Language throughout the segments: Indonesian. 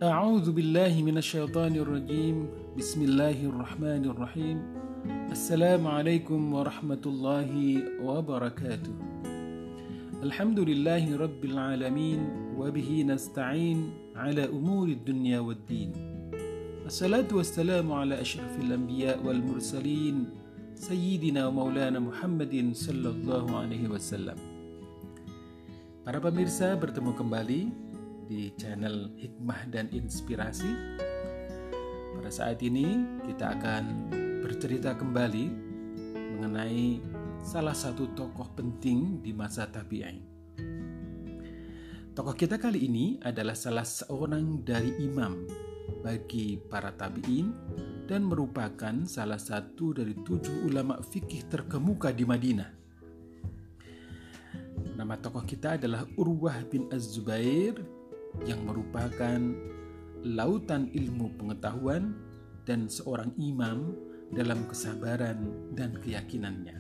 A'udzu billahi minasyaitonir rajim. Bismillahirrahmanirrahim. Assalamualaikum warahmatullahi wabarakatuh. Alhamdulillahi rabbil alamin wa bihi nasta'in ala umurid dunya waddin. Assalatu wassalamu ala asyrafil anbiya wal mursalin sayyidina wa maulana Muhammadin sallallahu alaihi wasallam. Para pemirsa, bertemu kembali di channel Hikmah dan Inspirasi. Pada saat ini kita akan bercerita kembali mengenai salah satu tokoh penting di masa tabi'in. Tokoh kita kali ini adalah salah seorang dari imam bagi para tabi'in dan merupakan salah satu dari 7 ulama fikih terkemuka di Madinah. Nama tokoh kita adalah Urwah bin Az-Zubair, yang merupakan lautan ilmu pengetahuan dan seorang imam dalam kesabaran dan keyakinannya.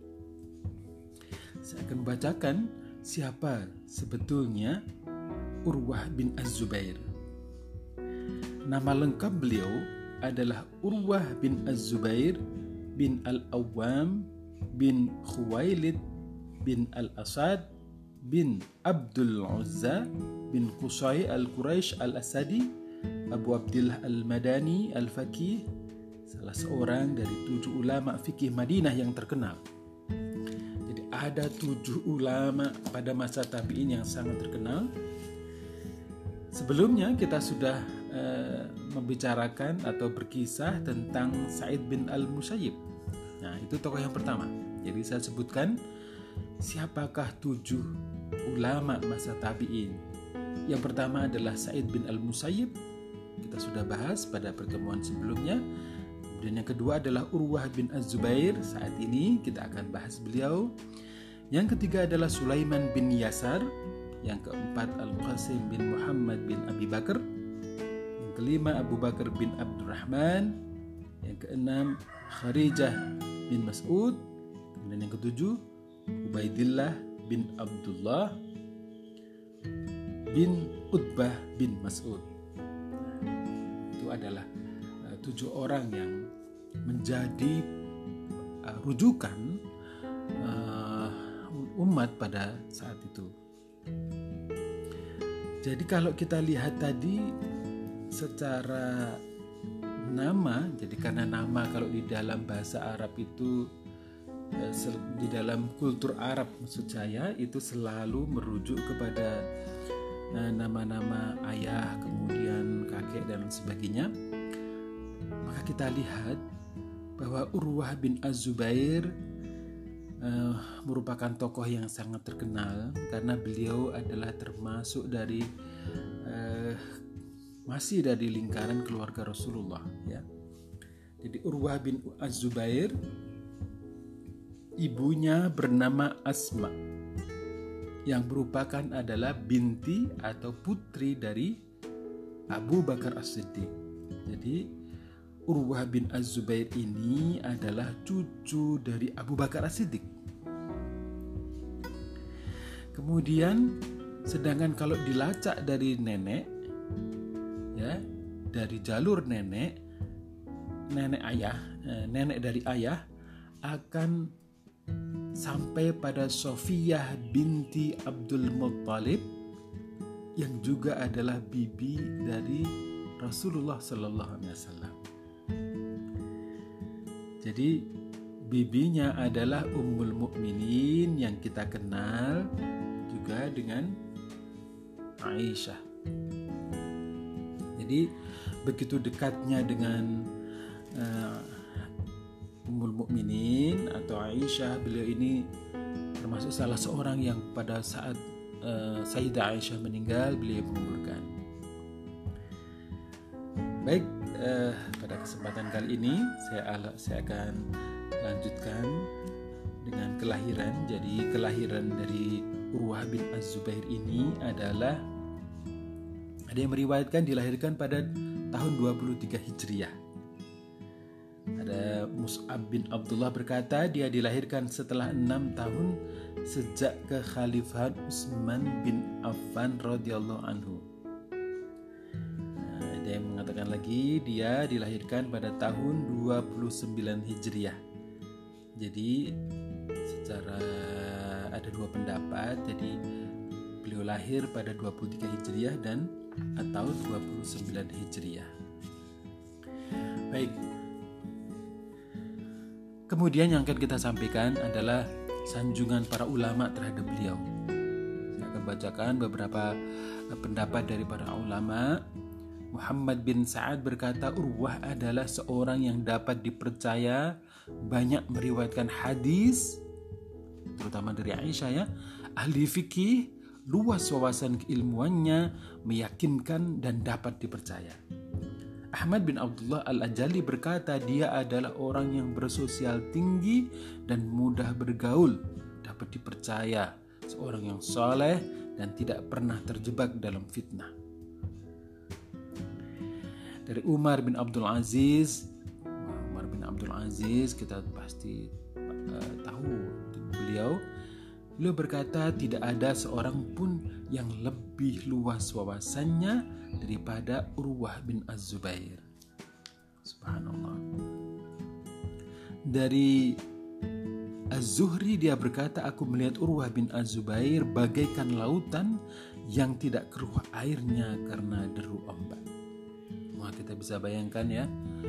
Saya akan membacakan siapa sebetulnya Urwah bin Az-Zubair. Nama lengkap beliau adalah Urwah bin Az-Zubair bin Al-Awwam bin Khuwailid bin Al-Asad bin Abdul Uzza bin Qusay al-Quraisy al-Asadi, Abu Abdillah al-Madani al-Faqih, salah seorang dari 7 ulama fikih Madinah yang terkenal. Jadi ada 7 ulama pada masa tabi'in yang sangat terkenal. Sebelumnya kita sudah membicarakan atau berkisah tentang Sa'id bin al-Musayyib. Nah, itu tokoh yang pertama. Jadi saya sebutkan siapakah 7 ulama masa tabi'in. Yang pertama adalah Sa'id bin al-Musayyib. Kita sudah bahas pada pertemuan sebelumnya. Kemudian yang kedua adalah Urwah bin Az-Zubair. Saat ini kita akan bahas beliau. Yang ketiga adalah Sulaiman bin Yasar. Yang keempat Al-Qasim bin Muhammad bin Abi Bakar. Yang kelima Abu Bakar bin Abdurrahman. Yang keenam Kharijah bin Mas'ud. Kemudian yang ketujuh Ubaidillah bin Abdullah bin Utbah bin Mas'ud. Itu adalah 7 orang yang menjadi rujukan umat pada saat itu. Jadi kalau kita lihat tadi secara nama, jadi karena nama kalau di dalam bahasa Arab itu, di dalam kultur Arab maksud saya, itu selalu merujuk kepada nama-nama ayah, kemudian kakek dan sebagainya. Maka kita lihat bahwa Urwah bin Az-Zubair merupakan tokoh yang sangat terkenal karena beliau adalah termasuk dari masih dari lingkaran keluarga Rasulullah, ya. Jadi Urwah bin Az-Zubair, ibunya bernama Asma, yang merupakan adalah binti atau putri dari Abu Bakar As-Siddiq. Jadi Urwah bin Az-Zubair ini adalah cucu dari Abu Bakar As-Siddiq. Kemudian sedangkan kalau dilacak dari nenek, ya, dari jalur nenek dari ayah akan sampai pada Sofiyah binti Abdul Muttalib, yang juga adalah bibi dari Rasulullah Sallallahu Alaihi Wasallam. Jadi bibinya adalah Ummul Mukminin yang kita kenal juga dengan Aisyah. Jadi begitu dekatnya dengan Ummul Mukminin atau Aisyah, beliau ini termasuk salah seorang yang pada saat Sayyidah Aisyah meninggal beliau menguburkan. Baik, pada kesempatan kali ini saya akan lanjutkan dengan kelahiran. Jadi kelahiran dari Urwah bin Az-Zubair ini adalah, ada yang meriwayatkan dilahirkan pada tahun 23 Hijriah. Ada Mus'ab bin Abdullah berkata dia dilahirkan setelah 6 tahun sejak kekhalifahan Utsman bin Affan radhiyallahu anhu. mengatakan lagi dia dilahirkan pada tahun 29 Hijriah. Jadi secara ada dua pendapat, jadi beliau lahir pada 23 Hijriah dan atau 29 Hijriah. Baik. Kemudian yang akan kita sampaikan adalah sanjungan para ulama terhadap beliau. Saya akan bacakan beberapa pendapat dari para ulama. Muhammad bin Sa'ad berkata, Urwah adalah seorang yang dapat dipercaya, banyak meriwayatkan hadis, terutama dari Aisyah ya, ahli fikih, luas wawasan keilmuannya, meyakinkan dan dapat dipercaya. Ahmad bin Abdullah Al-Ajali berkata, dia adalah orang yang bersosial tinggi dan mudah bergaul, dapat dipercaya, seorang yang soleh dan tidak pernah terjebak dalam fitnah. Dari Umar bin Abdul Aziz kita pasti tahu beliau berkata, tidak ada seorang pun yang lebih luas wawasannya daripada Urwah bin Az-Zubair. Subhanallah. Dari Az-Zuhri dia berkata, aku melihat Urwah bin Az-Zubair bagaikan lautan yang tidak keruh airnya karena deru ombak. Wah, kita bisa bayangkan ya,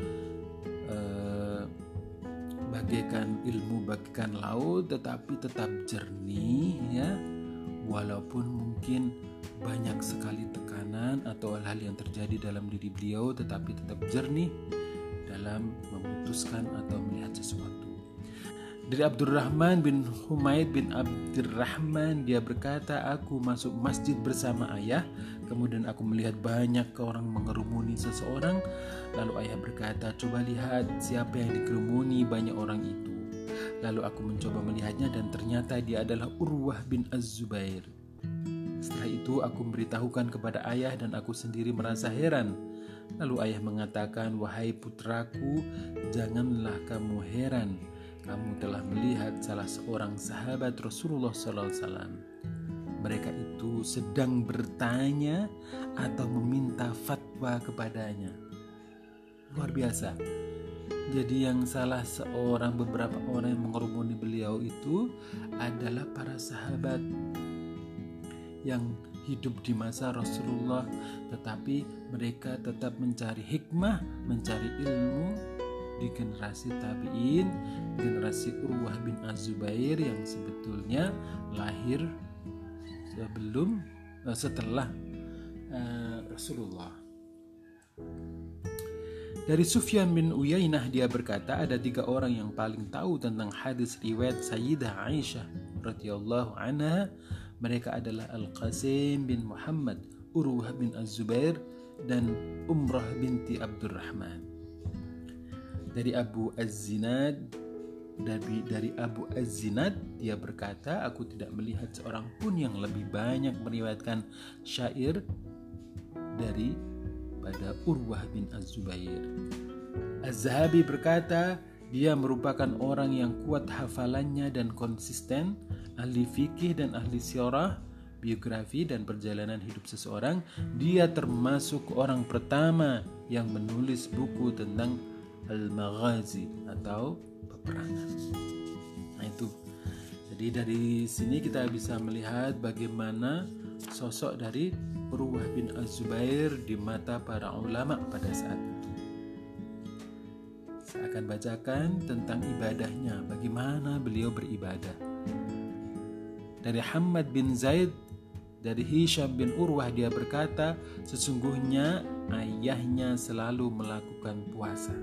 bagaikan ilmu bagaikan laut tetapi tetap jernih ya, walaupun mungkin banyak sekali tekanan atau hal-hal yang terjadi dalam diri beliau, tetapi tetap jernih dalam memutuskan atau melihat sesuatu. Dari Abdurrahman bin Humaid bin Abdurrahman dia berkata, aku masuk masjid bersama ayah, kemudian aku melihat banyak orang mengerumuni seseorang, lalu ayah berkata, coba lihat siapa yang dikerumuni banyak orang itu. Lalu aku mencoba melihatnya dan ternyata dia adalah Urwah bin Az-Zubair. Setelah itu aku memberitahukan kepada ayah dan aku sendiri merasa heran. Lalu ayah mengatakan, wahai putraku, janganlah kamu heran. Kamu telah melihat salah seorang sahabat Rasulullah SAW. Mereka itu sedang bertanya atau meminta fatwa kepadanya. Luar biasa. Jadi yang beberapa orang yang mengerumuni beliau itu adalah para sahabat yang hidup di masa Rasulullah, tetapi mereka tetap mencari hikmah, mencari ilmu di generasi tabi'in, generasi Urwah bin Az-Zubair yang sebetulnya lahir setelah Rasulullah. Dari Sufyan bin Uyainah dia berkata, ada 3 orang yang paling tahu tentang hadis riwayat Sayyidah Aisyah radhiyallahu anha. Mereka adalah Al-Qasim bin Muhammad, Urwah bin Az-Zubair, dan Umrah binti Abdurrahman. Dari Abu Az-Zinad dia berkata, aku tidak melihat seorang pun yang lebih banyak meriwayatkan syair daripada Urwah bin Az-Zubair. Az-Zahabi berkata, dia merupakan orang yang kuat hafalannya dan konsisten, ahli fikih dan ahli sirah, biografi dan perjalanan hidup seseorang. Dia termasuk orang pertama yang menulis buku tentang Al-Maghazi atau peperangan. Nah itu. Jadi dari sini kita bisa melihat bagaimana sosok dari Urwah bin Az-Zubair di mata para ulama pada saat itu. Saya akan bacakan tentang ibadahnya, bagaimana beliau beribadah. Dari Hamad bin Zaid, dari Hisham bin Urwah dia berkata, sesungguhnya ayahnya selalu melakukan puasa.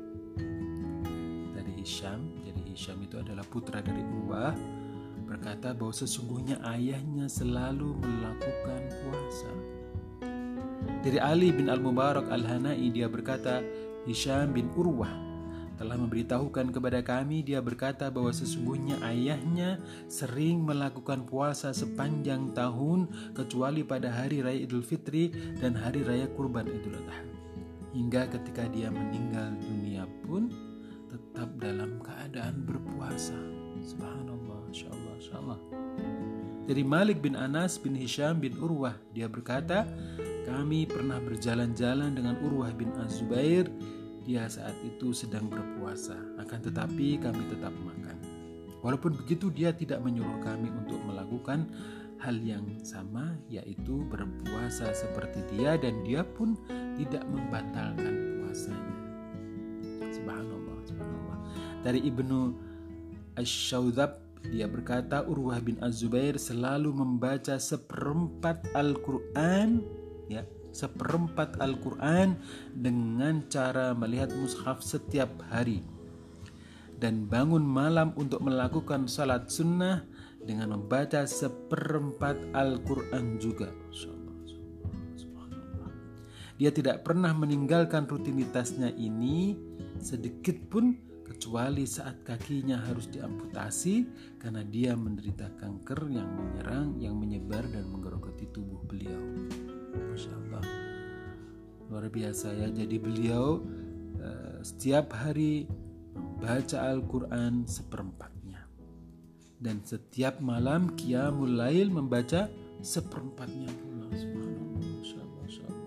Jadi Hisham itu adalah putra dari Urwah, berkata bahwa sesungguhnya ayahnya selalu melakukan puasa. Dari Ali bin Al-Mubarak Al-Hanai dia berkata, Hisham bin Urwah telah memberitahukan kepada kami, dia berkata bahwa sesungguhnya ayahnya sering melakukan puasa sepanjang tahun kecuali pada hari raya Idul Fitri dan hari raya Kurban Idul Adha. Hingga ketika dia meninggal dunia pun tetap dalam keadaan berpuasa. Subhanallah, insyaallah. Dari Malik bin Anas bin Hisham bin Urwah, dia berkata, kami pernah berjalan-jalan dengan Urwah bin Az-Zubair. Dia saat itu sedang berpuasa, akan tetapi kami tetap makan. Walaupun begitu, dia tidak menyuruh kami untuk melakukan hal yang sama, yaitu berpuasa seperti dia, dan dia pun tidak membatalkan puasanya. Subhanallah, subhanallah. Dari Ibnu Asy-Syaudzab, dia berkata, Urwah bin Az-Zubair selalu membaca seperempat Al-Quran, ya, seperempat Al-Quran dengan cara melihat mushaf setiap hari, dan bangun malam untuk melakukan salat sunnah dengan membaca seperempat Al-Quran juga. Subhanallah. Dia tidak pernah meninggalkan rutinitasnya ini sedikit pun, kecuali saat kakinya harus diamputasi karena dia menderita kanker yang menyerang, yang menyebar dan menggerogoti tubuh beliau. Masya Allah, luar biasa ya. Jadi beliau setiap hari membaca Al-Quran seperempatnya, dan setiap malam Qiyamul Lail membaca seperempatnya pula. Subhanallah, Masya Allah, Masya Allah.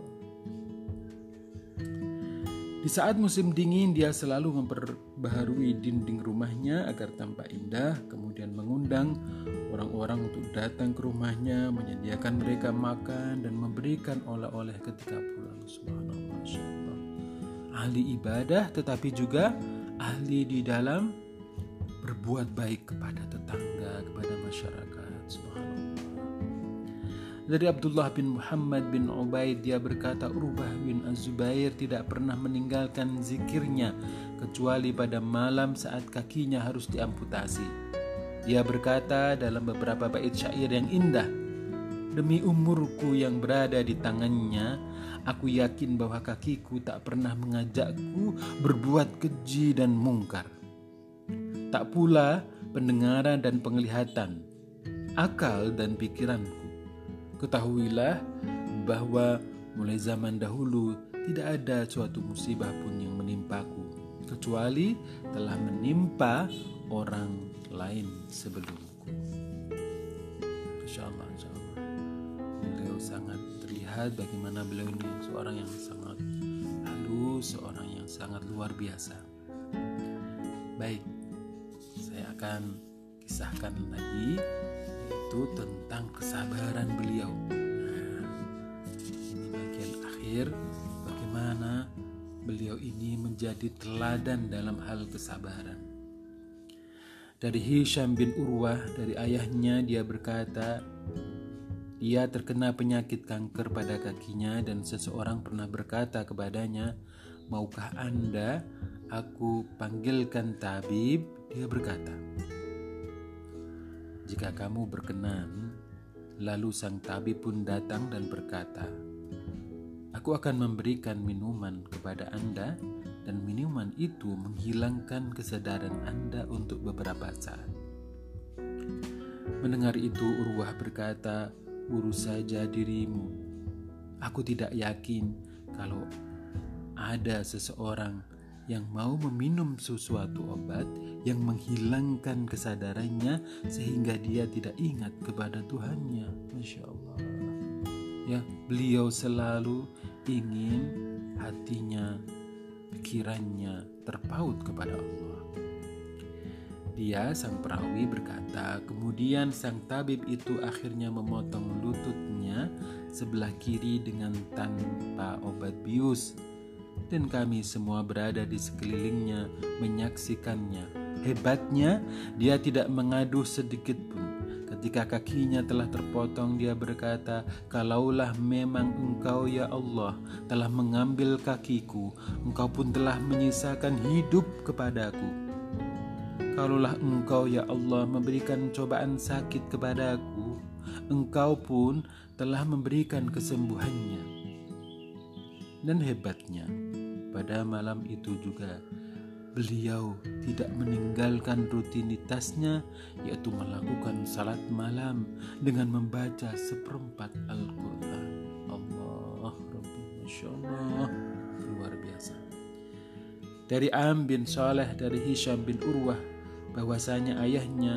Di saat musim dingin, dia selalu memperbaharui dinding rumahnya agar tampak indah, kemudian mengundang orang-orang untuk datang ke rumahnya, menyediakan mereka makan dan memberikan oleh-oleh ketika pulang. Subhanallah, Masya Allah. Ahli ibadah tetapi juga ahli di dalam berbuat baik kepada tetangga, kepada masyarakat. Subhanallah. Dari Abdullah bin Muhammad bin Ubaid, dia berkata, Urwah bin Az-Zubair tidak pernah meninggalkan zikirnya kecuali pada malam saat kakinya harus diamputasi. Dia berkata dalam beberapa bait syair yang indah, demi umurku yang berada di tangannya, aku yakin bahwa kakiku tak pernah mengajakku berbuat keji dan mungkar. Tak pula pendengaran dan penglihatan, akal dan pikiranku. Ketahuilah bahwa mulai zaman dahulu tidak ada suatu musibah pun yang menimpaku, kecuali telah menimpa orang lain sebelumku. Insya Allah, insya Allah. Beliau sangat terlihat bagaimana beliau ini seorang yang sangat halus, seorang yang sangat luar biasa. Baik, saya akan kisahkan lagi, yaitu tentang kesabaran beliau. Nah, ini bagian akhir bagaimana beliau ini menjadi teladan dalam hal kesabaran. Dari Hisham bin Urwah, dari ayahnya, dia berkata, dia terkena penyakit kanker pada kakinya dan seseorang pernah berkata kepadanya, maukah Anda aku panggilkan tabib? Dia berkata, jika kamu berkenan. Lalu sang tabib pun datang dan berkata, aku akan memberikan minuman kepada Anda, dan minuman itu menghilangkan kesadaran Anda untuk beberapa saat. Mendengar itu, Urwah berkata, urus saja dirimu. Aku tidak yakin kalau ada seseorang yang mau meminum sesuatu obat yang menghilangkan kesadarannya sehingga dia tidak ingat kepada Tuhannya. Masya Allah. Ya, beliau selalu ingin hatinya, pikirannya terpaut kepada Allah. Dia, sang perawi, berkata, kemudian sang tabib itu akhirnya memotong lututnya sebelah kiri dengan tanpa obat bius, dan kami semua berada di sekelilingnya menyaksikannya. Hebatnya, dia tidak mengaduh sedikit pun. Ketika kakinya telah terpotong, dia berkata, kalaulah memang Engkau ya Allah telah mengambil kakiku, Engkau pun telah menyisakan hidup kepadaku. Kalaulah Engkau ya Allah memberikan cobaan sakit kepadaku, Engkau pun telah memberikan kesembuhannya. Dan hebatnya, pada malam itu juga beliau tidak meninggalkan rutinitasnya, yaitu melakukan salat malam dengan membaca seperempat Al-Quran. Allah Rabbi, Masya Allah, luar biasa. Dari Am bin Saleh, dari Hisham bin Urwah, bahwasanya ayahnya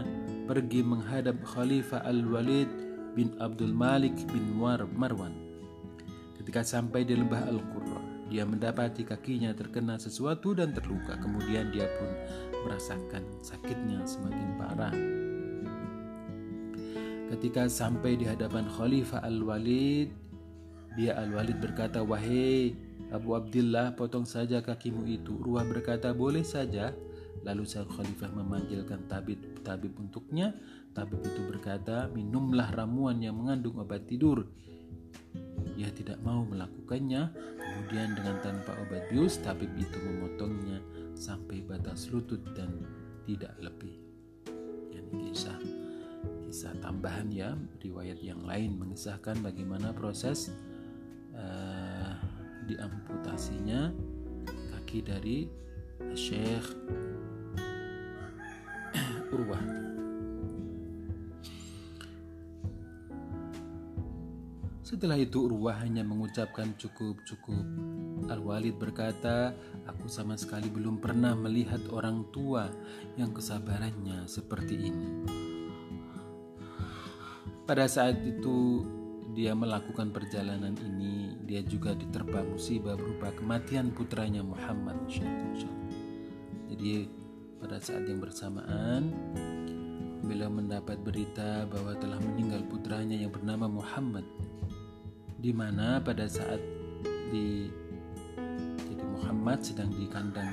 pergi menghadap Khalifah Al-Walid bin Abdul Malik bin Marwan. Ketika sampai di lembah Al-Qurra, dia mendapati kakinya terkena sesuatu dan terluka. Kemudian dia pun merasakan sakitnya semakin parah. Ketika sampai di hadapan Khalifah Al-Walid, Al-Walid berkata, "Wahai Abu Abdillah, potong saja kakimu itu." Urwah berkata, "Boleh saja." Lalu sang khalifah memanggilkan tabib untuknya. Tabib itu berkata, "Minumlah ramuan yang mengandung obat tidur." Ia tidak mau melakukannya. Kemudian dengan tanpa obat bius, tabib itu memotongnya sampai batas lutut dan tidak lebih. Ini kisah tambahan ya. Riwayat yang lain mengisahkan bagaimana proses diamputasinya kaki dari Syekh Urwah. Setelah itu Urwah hanya mengucapkan cukup. Al-Walid berkata, "Aku sama sekali belum pernah melihat orang tua yang kesabarannya seperti ini." Pada saat itu dia melakukan perjalanan ini, dia juga diterpa musibah berupa kematian putranya Muhammad. Jadi pada saat yang bersamaan beliau mendapat berita bahwa telah meninggal putranya yang bernama Muhammad, di mana pada saat jadi Muhammad sedang di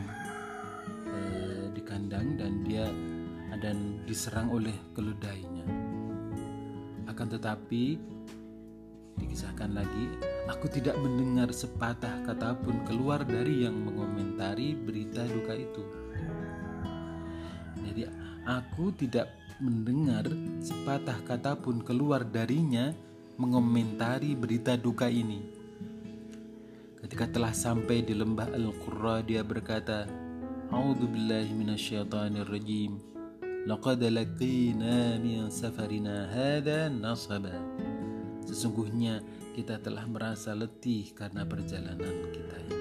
kandang dan dia diserang oleh keledainya. Akan tetapi dikisahkan lagi, "Aku tidak mendengar sepatah kata pun keluar dari yang mengomentari berita duka itu." Jadi aku tidak mendengar sepatah kata pun keluar darinya mengomentari berita duka ini. Ketika telah sampai di lembah Al-Qurra, dia berkata, "A'udzu billahi minasyaitonir rajim. Laqad laqina min safarina hadza nasaba." Sesungguhnya kita telah merasa letih karena perjalanan kita ini.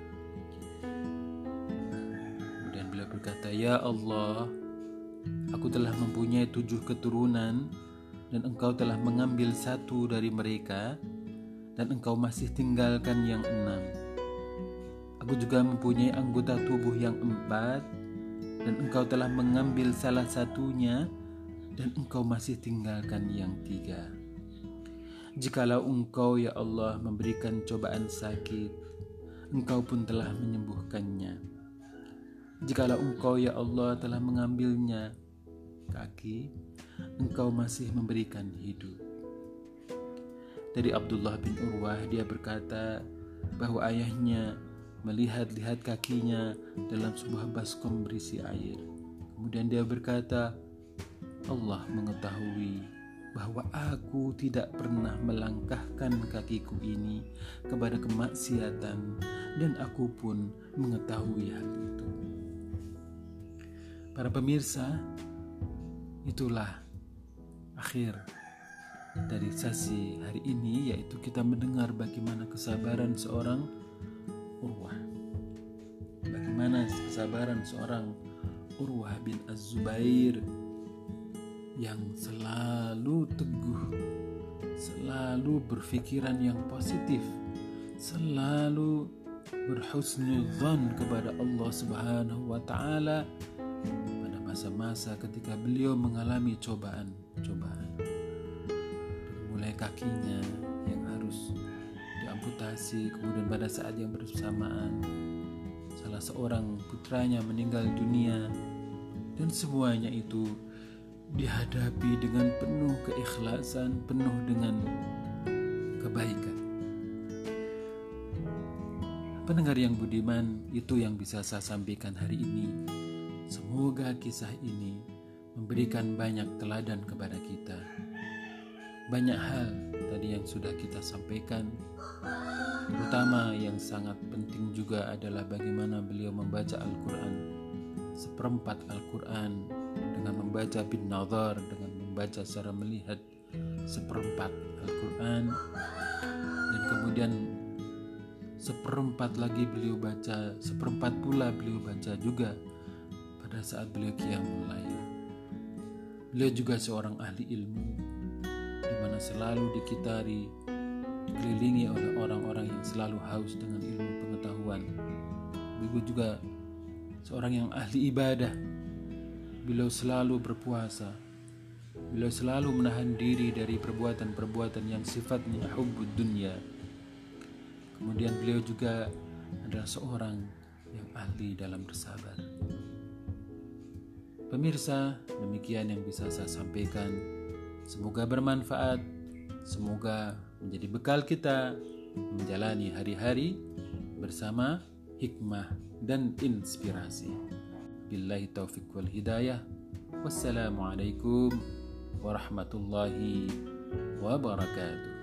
Kemudian beliau berkata, "Ya Allah, aku telah mempunyai 7 keturunan dan engkau telah mengambil 1 dari mereka dan engkau masih tinggalkan yang 6. Aku juga mempunyai anggota tubuh yang 4 dan engkau telah mengambil salah satunya dan engkau masih tinggalkan yang 3. Jikalau engkau ya Allah memberikan cobaan sakit, engkau pun telah menyembuhkannya. Jikalau engkau ya Allah telah mengambilnya kaki, engkau masih memberikan hidup." Dari Abdullah bin Urwah, dia berkata bahwa ayahnya melihat kakinya dalam sebuah baskom berisi air. Kemudian dia berkata, "Allah mengetahui bahwa aku tidak pernah melangkahkan kakiku ini kepada kemaksiatan dan aku pun mengetahui hal itu." Para pemirsa, itulah akhir dari sesi hari ini, yaitu kita mendengar bagaimana kesabaran seorang Urwah. Bagaimana kesabaran seorang Urwah bin Az-Zubair yang selalu teguh, selalu berpikiran yang positif, selalu berhusnudzon kepada Allah Subhanahu wa taala pada masa-masa ketika beliau mengalami cobaan. Mulai kakinya yang harus diamputasi, kemudian pada saat yang bersamaan salah seorang putranya meninggal dunia, dan semuanya itu dihadapi dengan penuh keikhlasan, penuh dengan kebaikan. Pendengar yang budiman, itu yang bisa saya sampaikan hari ini. Semoga kisah ini memberikan banyak teladan kepada kita. Banyak hal tadi yang sudah kita sampaikan, terutama yang sangat penting juga adalah bagaimana beliau membaca Al-Quran, seperempat Al-Quran, dengan membaca bin nazar, dengan membaca secara melihat seperempat Al-Quran, dan kemudian seperempat lagi beliau baca, seperempat pula beliau baca juga pada saat beliau qiyamul lail. Beliau juga seorang ahli ilmu, di mana selalu dikelilingi oleh orang-orang yang selalu haus dengan ilmu pengetahuan. Beliau juga seorang yang ahli ibadah. Beliau selalu berpuasa. Beliau selalu menahan diri dari perbuatan-perbuatan yang sifatnya hubbud dunya. Kemudian beliau juga adalah seorang yang ahli dalam bersabar. Pemirsa, demikian yang bisa saya sampaikan. Semoga bermanfaat. Semoga menjadi bekal kita menjalani hari-hari bersama hikmah dan inspirasi. Billahi taufiq wal hidayah. Wassalamualaikum warahmatullahi wabarakatuh.